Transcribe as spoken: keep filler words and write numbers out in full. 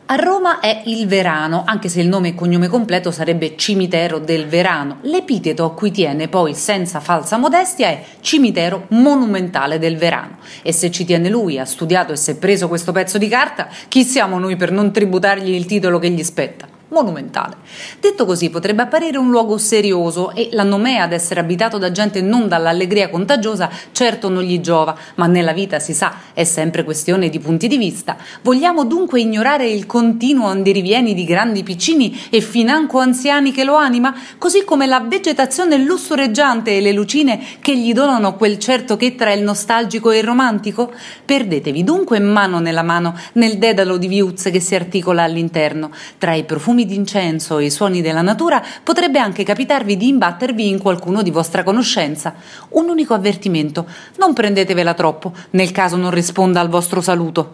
A Roma è il Verano, anche se il nome e cognome completo sarebbe Cimitero del Verano. L'epiteto a cui tiene poi, senza falsa modestia, è Cimitero Monumentale del Verano. E se ci tiene lui, ha studiato e si è preso questo pezzo di carta, chi siamo noi per non tributargli il titolo che gli spetta? Monumentale. Detto così potrebbe apparire un luogo serioso e la nomea ad essere abitato da gente non dall'allegria contagiosa certo non gli giova, ma nella vita si sa, è sempre questione di punti di vista. Vogliamo dunque ignorare il continuo andirivieni di grandi piccini e financo anziani che lo anima, così come la vegetazione lussureggiante e le lucine che gli donano quel certo che tra il nostalgico e il romantico? Perdetevi dunque mano nella mano nel dedalo di viuzze che si articola all'interno. Tra i profumi d'incenso e i suoni della natura potrebbe anche capitarvi di imbattervi in qualcuno di vostra conoscenza. Un unico avvertimento: non prendetevela troppo, nel caso non risponda al vostro saluto.